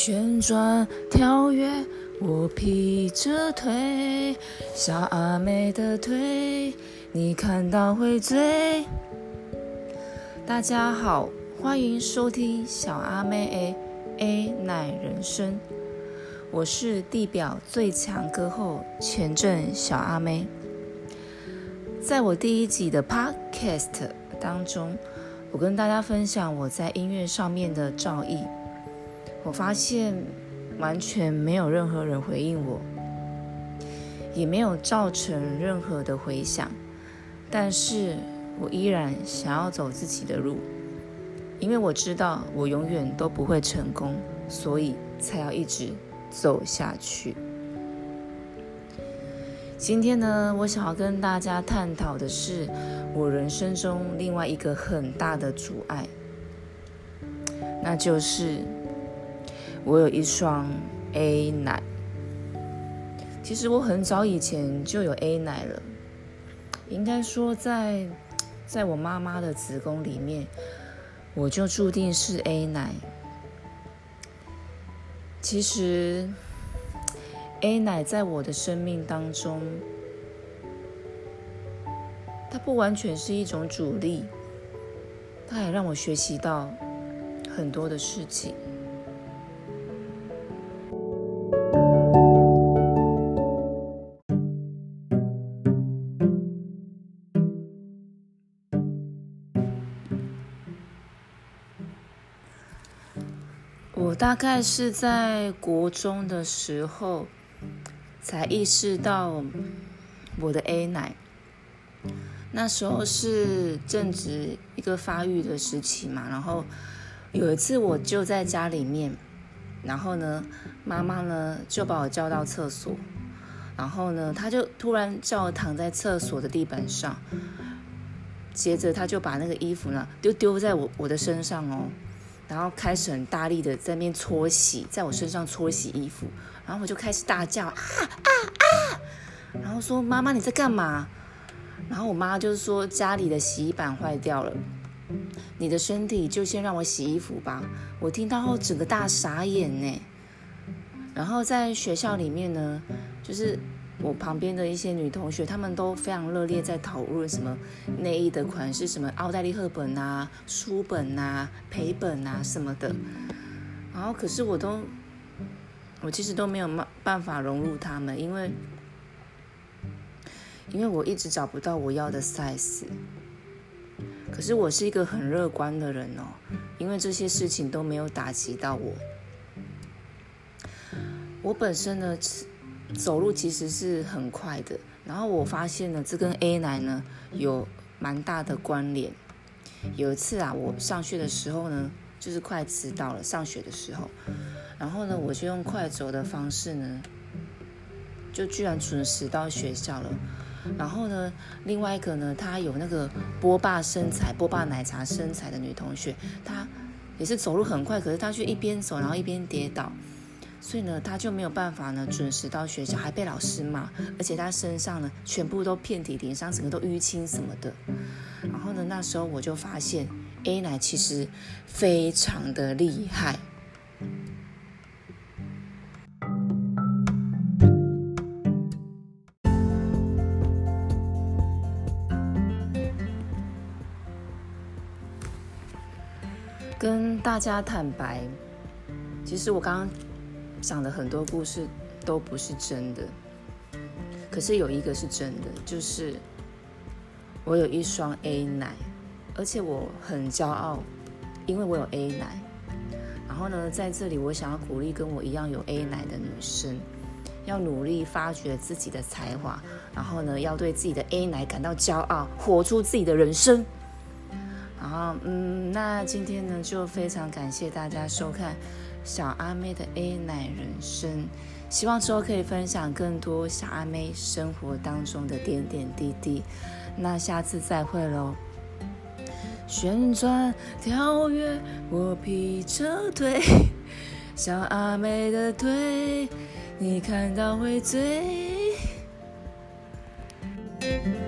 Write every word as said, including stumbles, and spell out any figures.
旋转跳跃，我劈着腿，小阿妹的腿，你看到会醉。大家好，欢迎收听小阿妹的 A 奶人生，我是地表最强歌后前阵小阿妹。在我第一集的 Podcast 当中，我跟大家分享我在音乐上面的造诣。我发现完全没有任何人回应我，也没有造成任何的回响，但是我依然想要走自己的路，因为我知道我永远都不会成功，所以才要一直走下去。今天呢，我想要跟大家探讨的是我人生中另外一个很大的阻碍，那就是我有一双 A 奶。其实我很早以前就有 A 奶了，应该说在在我妈妈的子宫里面，我就注定是 A 奶。其实 A 奶在我的生命当中，它不完全是一种阻力，它也让我学习到很多的事情。我大概是在国中的时候才意识到我的 A 奶，那时候是正值一个发育的时期嘛，然后有一次我就在家里面，然后呢妈妈呢就把我叫到厕所，然后呢她就突然叫我躺在厕所的地板上，接着她就把那个衣服呢就丢在我我的身上哦，然后开始很大力的在那边搓洗，在我身上搓洗衣服，然后我就开始大叫啊啊啊，然后说妈妈你在干嘛？然后我妈就是说家里的洗衣板坏掉了，你的身体就先让我洗衣服吧。我听到后整个大傻眼呢。然后在学校里面呢，就是我旁边的一些女同学，她们都非常热烈在讨论什么内衣的款式，什么奥黛丽赫本啊、书本啊、陪本啊什么的。然后可是我都，我其实都没有办法融入她们，因为因为我一直找不到我要的 size。可是我是一个很乐观的人哦，因为这些事情都没有打击到我。我本身呢，走路其实是很快的，然后我发现呢，这跟 A 奶呢有蛮大的关联。有一次啊，我上学的时候呢，就是快迟到了，上学的时候，然后呢，我就用快走的方式呢，就居然准时到学校了。然后呢，另外一个呢，她有那个波霸身材、波霸奶茶身材的女同学，她也是走路很快，可是她却一边走然后一边跌倒。所以呢，他就没有办法呢准时到学校，还被老师骂，而且他身上呢全部都遍体鳞伤，整个都淤青什么的。然后呢，那时候我就发现 A 奶其实非常的厉害。跟大家坦白，其实我刚刚讲的很多故事都不是真的，可是有一个是真的，就是我有一双 A 奶，而且我很骄傲，因为我有 A 奶。然后呢，在这里我想要鼓励跟我一样有 A 奶的女生，要努力发掘自己的才华，然后呢，要对自己的 A 奶感到骄傲，活出自己的人生。然后，嗯，那今天呢，就非常感谢大家收看小阿妹的 A 奶人生，希望之后可以分享更多小阿妹生活当中的点点滴滴。那下次再会咯。旋转跳跃，我劈着腿，小阿妹的腿，你看到会醉。